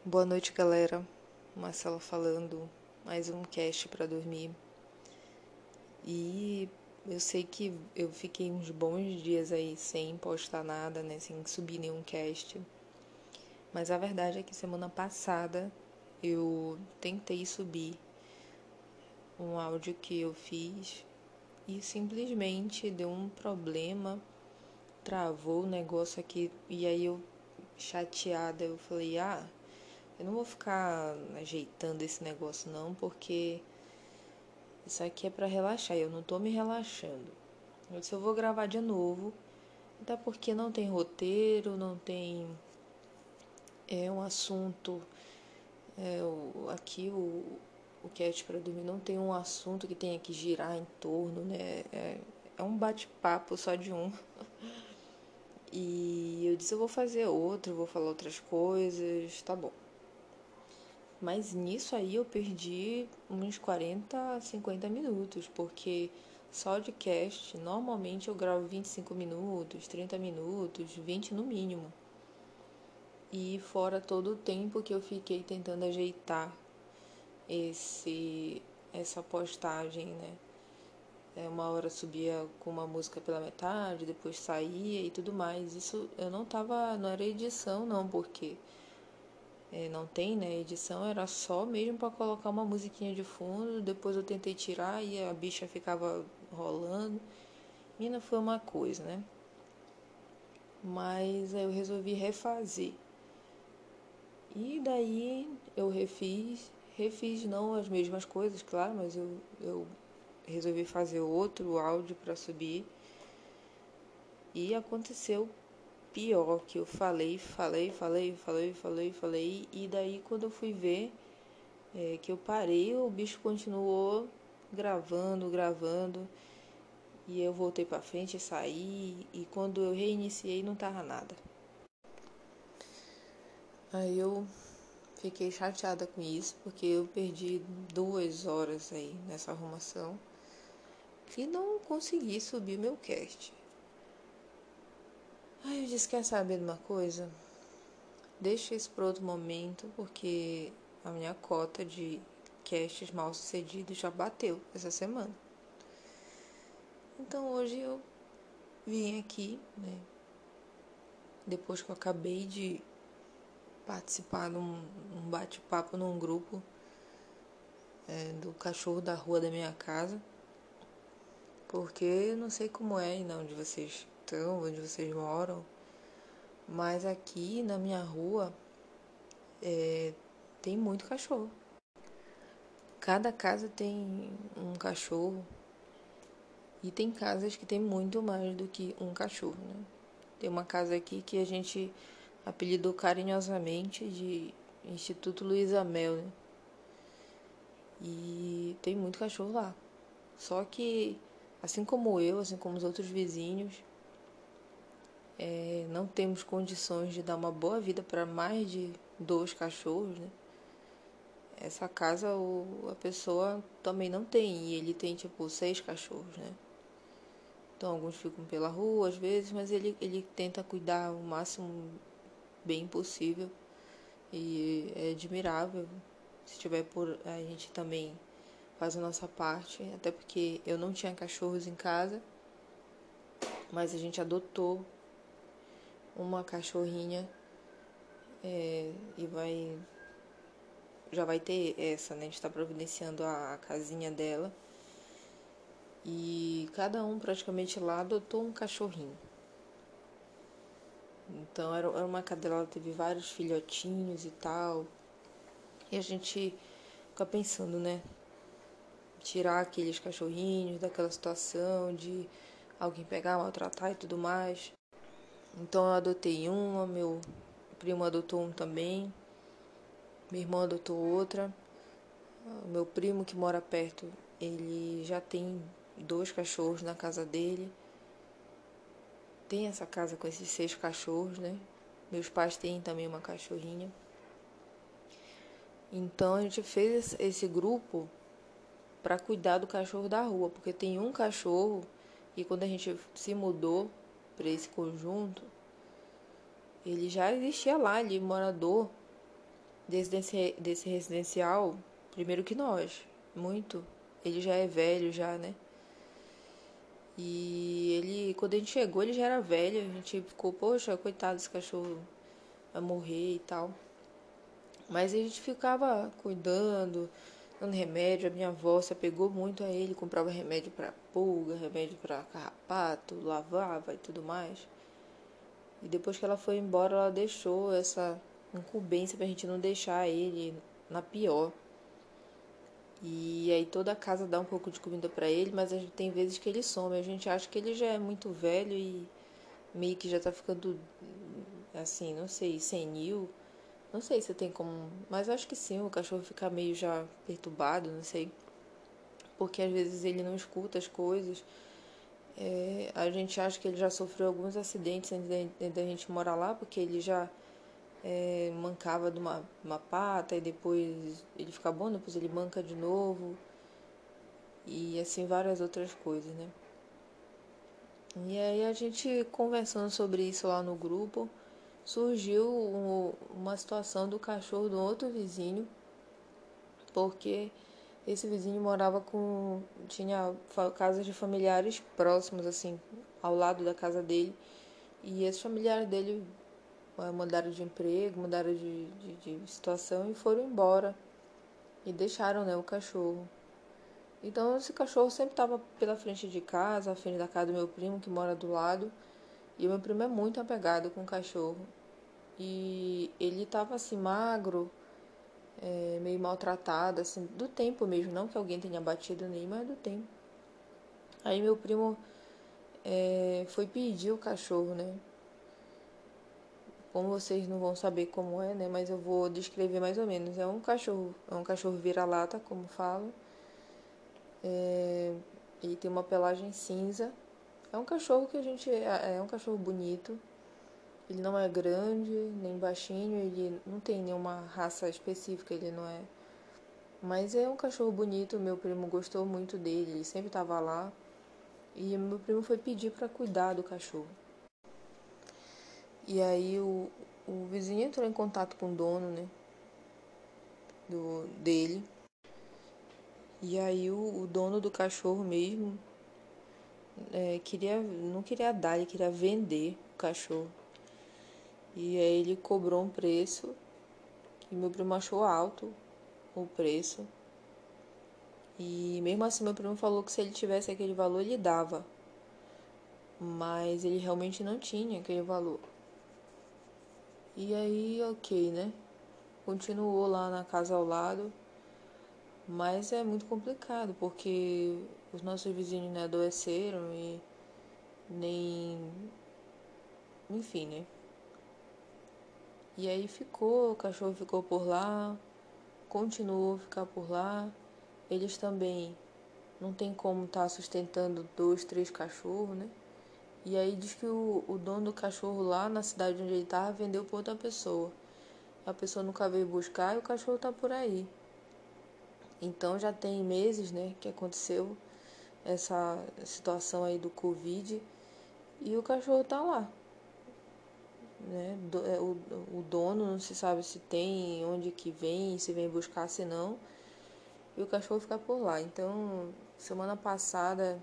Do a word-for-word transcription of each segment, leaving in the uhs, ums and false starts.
Boa noite, galera. Marcela falando, mais um cast para dormir. E eu sei que eu fiquei uns bons dias aí sem postar nada, né, sem subir nenhum cast. Mas a verdade é que semana passada eu tentei subir um áudio que eu fiz e simplesmente deu um problema, travou o negócio aqui e aí eu chateada, eu falei: "Ah, eu não vou ficar ajeitando esse negócio não, porque isso aqui é pra relaxar, eu não tô me relaxando. Eu disse, eu vou gravar de novo, até porque não tem roteiro, não tem é um assunto, é, o, aqui o, o cast para dormir não tem um assunto que tenha que girar em torno, né? É, é um bate-papo só de um. E eu disse, eu vou fazer outro, vou falar outras coisas, tá bom. Mas nisso aí eu perdi uns quarenta, cinquenta minutos, porque só de cast, normalmente eu gravo vinte e cinco minutos, trinta minutos, vinte no mínimo. E fora todo o tempo que eu fiquei tentando ajeitar esse essa postagem, né? É, uma hora subia com uma música pela metade, depois saía e tudo mais. Isso eu não tava, não era edição não, porque é, não tem, né? Edição era só mesmo para colocar uma musiquinha de fundo. Depois eu tentei tirar e a bicha ficava rolando. Mina, foi uma coisa, né? Mas aí eu resolvi refazer. E daí eu refiz, refiz não as mesmas coisas, claro, mas eu, eu resolvi fazer outro áudio para subir. E aconteceu pior, que eu falei, falei, falei, falei, falei, falei. E daí quando eu fui ver, é, que eu parei, o bicho continuou gravando, gravando. E eu voltei pra frente e saí. E quando eu reiniciei, não tava nada. Aí eu fiquei chateada com isso, porque eu perdi duas horas aí nessa arrumação. E não consegui subir meu cast. Aí eu disse, quer saber de uma coisa? Deixa isso para outro momento, porque a minha cota de casts mal sucedidos já bateu essa semana. Então hoje eu vim aqui, né? Depois que eu acabei de participar de um bate-papo num grupo é, do cachorro da rua da minha casa, porque eu não sei como é ainda onde vocês estão, onde vocês moram, mas aqui na minha rua é, tem muito cachorro. Cada casa tem um cachorro e tem casas que tem muito mais do que um cachorro, né? Tem uma casa aqui que a gente apelidou carinhosamente de Instituto Luísa Mel, né? E tem muito cachorro lá. Só que, assim como eu, assim como os outros vizinhos, é, não temos condições de dar uma boa vida para mais de dois cachorros, né? Essa casa o, a pessoa também não tem, e ele tem tipo seis cachorros, né? Então alguns ficam pela rua às vezes, mas ele, ele tenta cuidar o máximo bem possível e é admirável. Se tiver por. A gente também faz a nossa parte, até porque eu não tinha cachorros em casa, mas a gente adotou uma cachorrinha é, e vai. Já vai ter essa, né? A gente tá providenciando a, a casinha dela. E cada um praticamente lá adotou um cachorrinho. Então era, era uma cadela, ela teve vários filhotinhos e tal. E a gente fica pensando, né? Tirar aqueles cachorrinhos daquela situação de alguém pegar, maltratar e tudo mais. Então eu adotei uma, meu primo adotou um também, minha irmã adotou outra. O meu primo que mora perto, ele já tem dois cachorros na casa dele. Tem essa casa com esses seis cachorros, né? Meus pais têm também uma cachorrinha. Então a gente fez esse grupo para cuidar do cachorro da rua, porque tem um cachorro e quando a gente se mudou para esse conjunto, ele já existia lá, ele morador, desse, desse residencial, primeiro que nós, muito. Ele já é velho já, né? E ele, quando a gente chegou, ele já era velho. A gente ficou, poxa, coitado desse cachorro, vai morrer e tal. Mas a gente ficava cuidando, dando remédio. A minha avó se apegou muito a ele, comprava remédio para pulga, remédio para carrapato, lavava e tudo mais. E depois que ela foi embora, ela deixou essa incumbência pra gente não deixar ele na pior. E aí toda a casa dá um pouco de comida pra ele, mas a gente tem vezes que ele some. A gente acha que ele já é muito velho e meio que já tá ficando assim, não sei, senil. Não sei se tem como, mas acho que sim, o cachorro fica meio já perturbado, não sei. Porque às vezes ele não escuta as coisas. É, a gente acha que ele já sofreu alguns acidentes antes da gente morar lá, porque ele já é, mancava de uma, uma pata e depois ele fica bom, depois ele manca de novo e assim várias outras coisas, né? E aí a gente conversando sobre isso lá no grupo, surgiu um, uma situação do cachorro do outro vizinho, porque esse vizinho morava com, tinha casas de familiares próximos, assim, ao lado da casa dele, e esses familiares dele mudaram de emprego, mudaram de, de, de situação e foram embora. E deixaram, né, o cachorro. Então esse cachorro sempre estava pela frente de casa, à frente da casa do meu primo, que mora do lado. E o meu primo é muito apegado com o cachorro. E ele estava assim, magro, é, meio maltratado, assim, do tempo mesmo. Não que alguém tenha batido nele, mas do tempo. Aí meu primo é, foi pedir o cachorro, né? Como vocês não vão saber como é, né? Mas eu vou descrever mais ou menos. É um cachorro, é um cachorro vira-lata, como falo. É, ele tem uma pelagem cinza. É um cachorro que a gente. É um cachorro bonito. Ele não é grande, nem baixinho. Ele não tem nenhuma raça específica. Ele não é. Mas é um cachorro bonito. Meu primo gostou muito dele. Ele sempre estava lá. E meu primo foi pedir para cuidar do cachorro. E aí o, o vizinho entrou em contato com o dono, né? Do, dele. E aí o, o dono do cachorro mesmo é, queria, não queria dar, ele queria vender o cachorro. E aí ele cobrou um preço e meu primo achou alto o preço. E mesmo assim meu primo falou que se ele tivesse aquele valor ele dava. Mas ele realmente não tinha aquele valor. E aí, ok, né? Continuou lá na casa ao lado. Mas é muito complicado porque os nossos vizinhos né, adoeceram e nem. Enfim, né? E aí ficou, o cachorro ficou por lá, continuou a ficar por lá. Eles também não tem como estar tá sustentando dois, três cachorros, né? E aí diz que o, o dono do cachorro lá na cidade onde ele estava vendeu para outra pessoa. A pessoa nunca veio buscar e o cachorro tá por aí. Então já tem meses, né, que aconteceu essa situação aí do Covid e o cachorro tá lá, né? O, o dono não se sabe se tem, onde que vem, se vem buscar, se não. E o cachorro fica por lá. Então, semana passada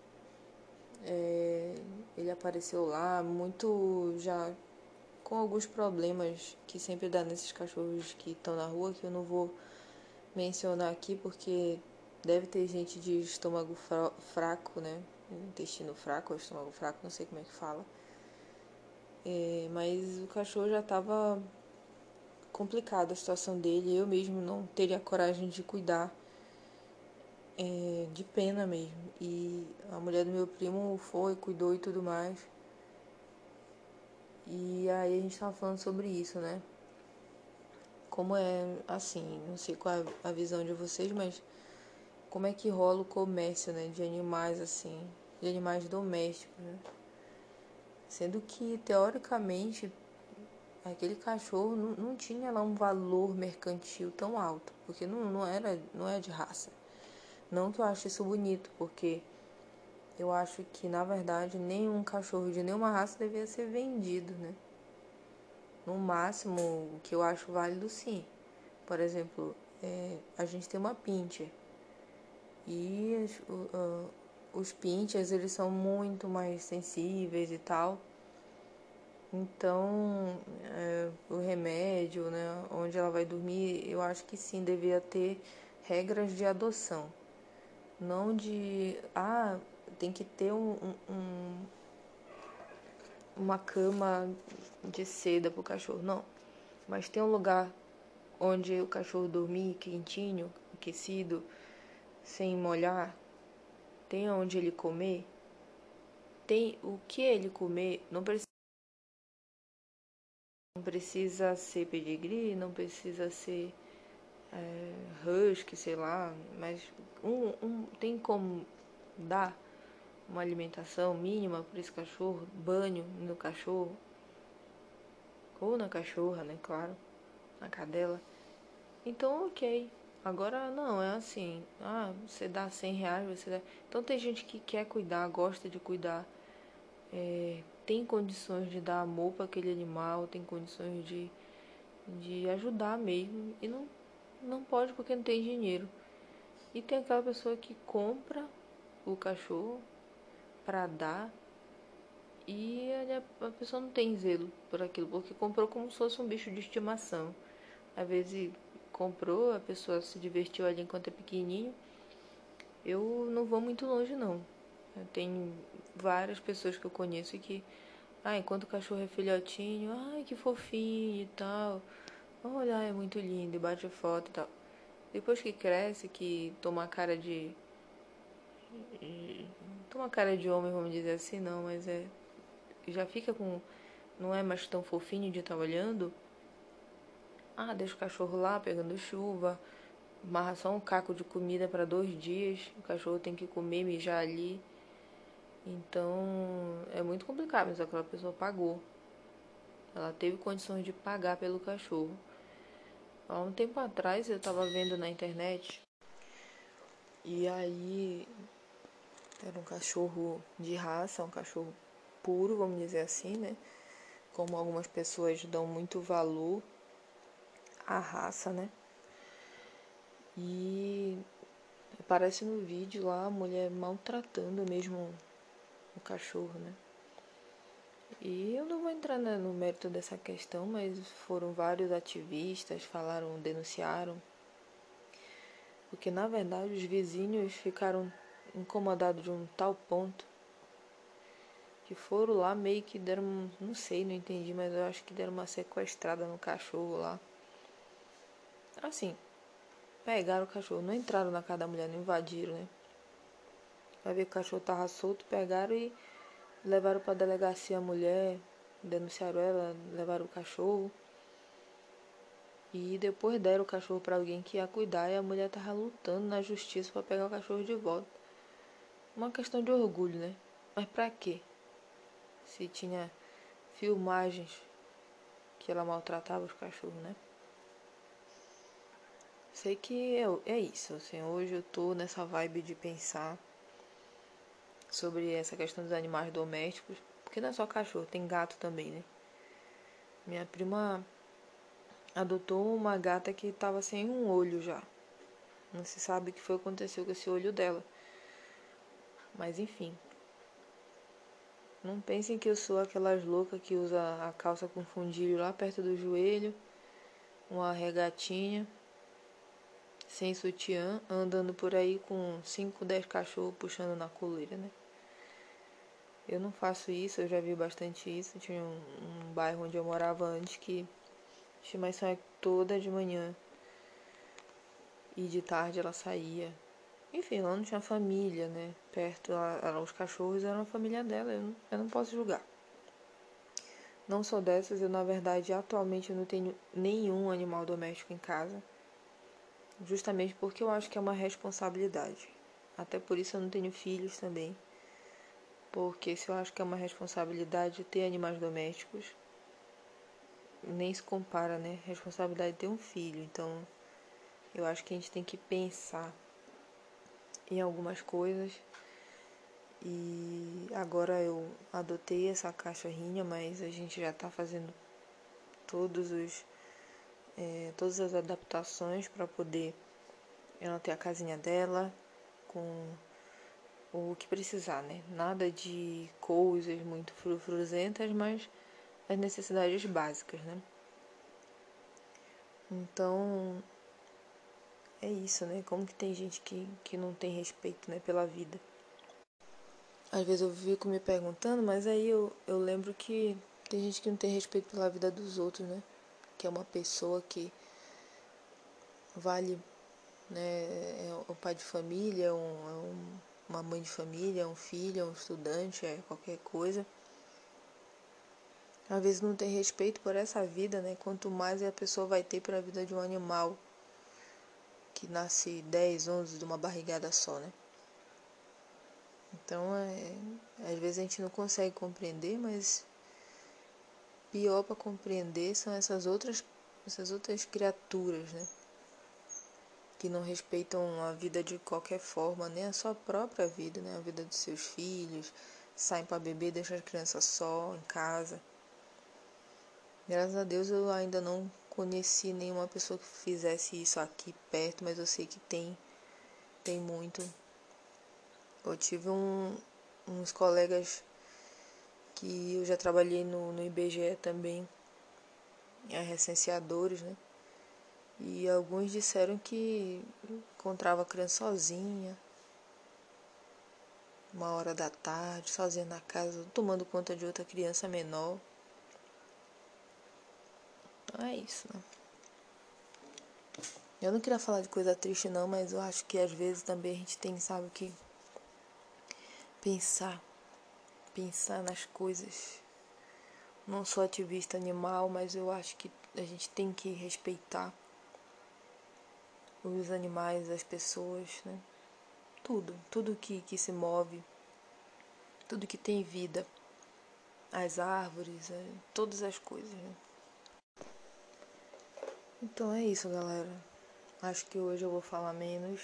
é, ele apareceu lá, muito já com alguns problemas que sempre dá nesses cachorros que estão na rua, que eu não vou mencionar aqui porque deve ter gente de estômago fraco, né? Intestino fraco ou estômago fraco, não sei como é que fala. É, mas o cachorro já estava complicada a situação dele. Eu mesmo não teria coragem de cuidar, é, de pena mesmo. E a mulher do meu primo foi, cuidou e tudo mais. E aí a gente tava falando sobre isso, né? Como é, assim, não sei qual é a visão de vocês, mas como é que rola o comércio, né, de animais, assim, de animais domésticos, né? Sendo que, teoricamente, aquele cachorro não, não tinha lá um valor mercantil tão alto, porque não, não, era, não é de raça. Não que eu ache isso bonito, porque eu acho que, na verdade, nenhum cachorro de nenhuma raça devia ser vendido, né? No máximo, o que eu acho válido, sim. Por exemplo, é, a gente tem uma pincher. E os, uh, os pinchers, eles são muito mais sensíveis e tal. Então, é, o remédio, né, onde ela vai dormir, eu acho que sim, devia ter regras de adoção. Não de, ah, tem que ter um, um, uma cama de seda pro cachorro. Não, mas tem um lugar onde o cachorro dormir quentinho, aquecido, sem molhar. Tem onde ele comer. Tem o que ele comer. Não precisa, não precisa ser pedigree, não precisa ser é, husky, sei lá. Mas um, um, tem como dar uma alimentação mínima para esse cachorro, banho no cachorro, ou na cachorra, né, claro, na cadela. Então, ok. Agora, não, é assim, ah, você dá cem reais, você dá... Então, tem gente que quer cuidar, gosta de cuidar, é, tem condições de dar amor para aquele animal, tem condições de, de ajudar mesmo, e não, não pode porque não tem dinheiro. E tem aquela pessoa que compra o cachorro para dar, e a pessoa não tem zelo por aquilo, porque comprou como se fosse um bicho de estimação. Às vezes comprou, a pessoa se divertiu ali enquanto é pequenininho. Eu não vou muito longe, não. Eu tenho várias pessoas que eu conheço que, ah, enquanto o cachorro é filhotinho, ai, que fofinho e tal. Olha, é muito lindo, e bate foto e tal. Depois que cresce, que toma cara de... Toma cara de homem, vamos dizer assim, não, mas é... Já fica com... Não é mais tão fofinho de estar olhando. Ah, deixa o cachorro lá pegando chuva, amarra só um caco de comida para dois dias, o cachorro tem que comer, mijar ali. Então é muito complicado, mas aquela pessoa pagou. Ela teve condições de pagar pelo cachorro. Há um tempo atrás eu estava vendo na internet, e aí era um cachorro de raça, um cachorro puro, vamos dizer assim, né? Como algumas pessoas dão muito valor à raça, né? E aparece no vídeo lá a mulher maltratando mesmo o cachorro, né? E eu não vou entrar no mérito dessa questão, mas foram vários ativistas, falaram, denunciaram, porque na verdade os vizinhos ficaram incomodados de um tal ponto que foram lá meio que deram, não sei, não entendi, mas eu acho que deram uma sequestrada no cachorro lá. Assim, pegaram o cachorro, não entraram na casa da mulher, não invadiram, né? Vai ver que o cachorro tava solto, pegaram e levaram pra delegacia a mulher, denunciaram ela, levaram o cachorro. E depois deram o cachorro pra alguém que ia cuidar e a mulher tava lutando na justiça pra pegar o cachorro de volta. Uma questão de orgulho, né? Mas pra quê? Se tinha filmagens que ela maltratava os cachorros, né? Sei que é, é isso, assim, hoje eu tô nessa vibe de pensar sobre essa questão dos animais domésticos, porque não é só cachorro, tem gato também, né? Minha prima adotou uma gata que tava sem um olho já. Não se sabe o que foi que aconteceu com esse olho dela. Mas enfim. Não pensem que eu sou aquelas loucas que usa a calça com fundilho lá perto do joelho, uma regatinha, sem sutiã, andando por aí com cinco, dez cachorros puxando na coleira, né? Eu não faço isso, eu já vi bastante isso. Tinha um, um bairro onde eu morava antes que a estimação é toda de manhã e de tarde ela saía. Enfim, ela não tinha família, né? Perto, ela, ela, os cachorros eram a família dela, eu não, eu não posso julgar. Não sou dessas, eu na verdade atualmente eu não tenho nenhum animal doméstico em casa. Justamente porque eu acho que é uma responsabilidade. Até por isso eu não tenho filhos também. Porque se eu acho que é uma responsabilidade ter animais domésticos, nem se compara, né? Responsabilidade de ter um filho. Então, eu acho que a gente tem que pensar em algumas coisas. E agora eu adotei essa cachorrinha, mas a gente já tá fazendo todos os é, todas as adaptações para poder ela ter a casinha dela com o que precisar, né? Nada de coisas muito frufruzentas, mas as necessidades básicas, né? Então, é isso, né? Como que tem gente que, que não tem respeito, né, pela vida. Às vezes eu fico me perguntando, mas aí eu, eu lembro que tem gente que não tem respeito pela vida dos outros, né? Que é uma pessoa que vale, né? É um pai de família, é um, é um, uma mãe de família, é um filho, é um estudante, é qualquer coisa. Às vezes não tem respeito por essa vida, né? Quanto mais a pessoa vai ter para a vida de um animal que nasce dez, onze de uma barrigada só, né? Então, é, às vezes a gente não consegue compreender, mas pior para compreender são essas outras, essas outras criaturas, né? Que não respeitam a vida de qualquer forma, nem a sua própria vida, né? A vida dos seus filhos, saem para beber, deixam as crianças só em casa. Graças a Deus eu ainda não conheci nenhuma pessoa que fizesse isso aqui perto, mas eu sei que tem, tem muito. Eu tive um, uns colegas que eu já trabalhei no, no I B G E também, é, recenseadores, né? E alguns disseram que encontrava a criança sozinha, uma hora da tarde, sozinha na casa, tomando conta de outra criança menor. Então é isso, né? Eu não queria falar de coisa triste não, mas eu acho que às vezes também a gente tem, sabe, que pensar, pensar nas coisas. Não sou ativista animal, mas eu acho que a gente tem que respeitar os animais, as pessoas, né? Tudo, tudo que, que se move, tudo que tem vida, as árvores, é, todas as coisas, né? Então é isso, galera. Acho que hoje eu vou falar menos.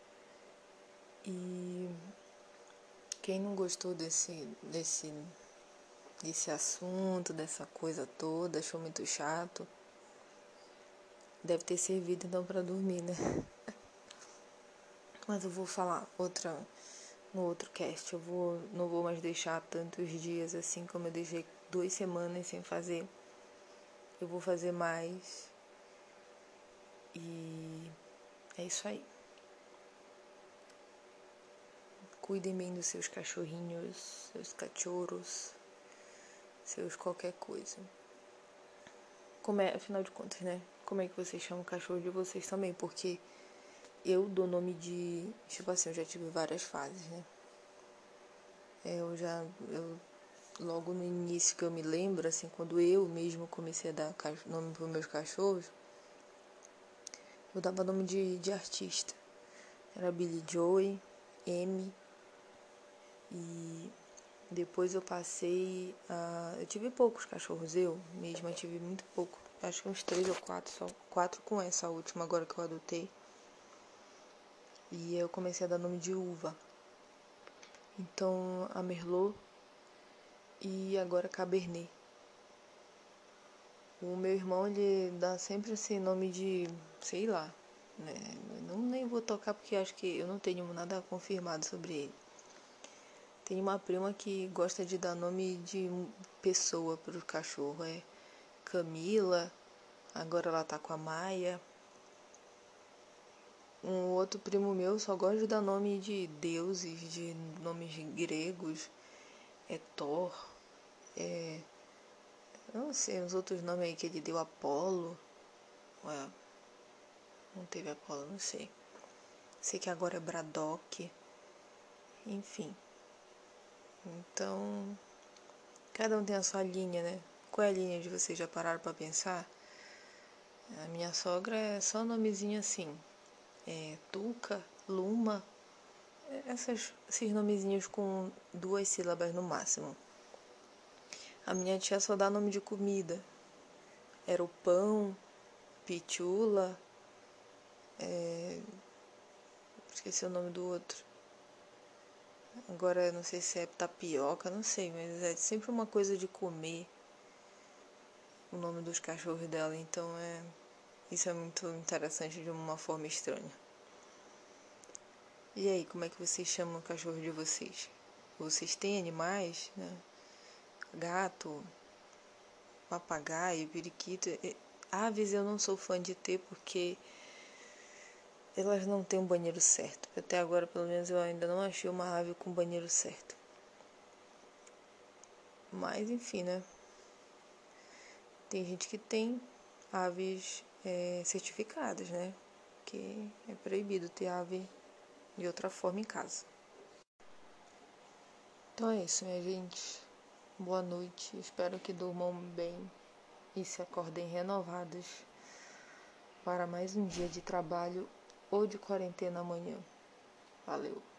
E quem não gostou desse, desse, desse assunto, dessa coisa toda, achou muito chato, deve ter servido então pra dormir, né? Mas eu vou falar outra, no outro cast. Eu vou, não vou mais deixar tantos dias assim como eu deixei duas semanas sem fazer. Eu vou fazer mais. E é isso aí. Cuidem bem dos seus cachorrinhos, seus cachorros, seus qualquer coisa. Como é, afinal de contas, né? Como é que vocês chamam o cachorro de vocês também? Porque eu dou nome de... Tipo assim, eu já tive várias fases, né? Eu já... Eu, logo no início que eu me lembro, assim, quando eu mesmo comecei a dar nome para os meus cachorros, eu dava nome de, de artista. Era Billy Joey, M. E depois eu passei a... Eu tive poucos cachorros, eu mesma tive muito pouco. Acho que uns três ou quatro só. Quatro com essa última agora que eu adotei. E eu comecei a dar nome de uva. Então, a Merlot e agora Cabernet. O meu irmão, ele dá sempre assim nome de, sei lá, né? Eu não nem vou tocar porque acho que eu não tenho nada confirmado sobre ele. Tem uma prima que gosta de dar nome de pessoa para o cachorro. É Camila, agora ela tá com a Maia. Um outro primo meu só gosta de dar nome de deuses, de nomes gregos. É Thor, é... eu não sei, os outros nomes aí que ele deu, Apolo. Ué, não teve Apolo, não sei. Sei que agora é Braddock. Enfim. Então, cada um tem a sua linha, né? Qual é a linha de vocês? Já pararam pra pensar? A minha sogra é só nomezinho assim. É Tuca, Luma. Essas, esses nomezinhos com duas sílabas no máximo. A minha tia só dá nome de comida. Era o pão, pitula, é... esqueci o nome do outro. Agora não sei se é tapioca, não sei, mas é sempre uma coisa de comer. O nome dos cachorros dela, então é... Isso é muito interessante de uma forma estranha. E aí, como é que vocês chamam o cachorro de vocês? Vocês têm animais, né? Gato, papagaio, periquito. Aves eu não sou fã de ter porque elas não têm um banheiro certo. Até agora, pelo menos, eu ainda não achei uma ave com banheiro certo. Mas, enfim, né? Tem gente que tem aves é, certificadas, né? Que é proibido ter ave de outra forma em casa. Então é isso, minha gente. Boa noite. Espero que durmam bem e se acordem renovados para mais um dia de trabalho ou de quarentena amanhã. Valeu!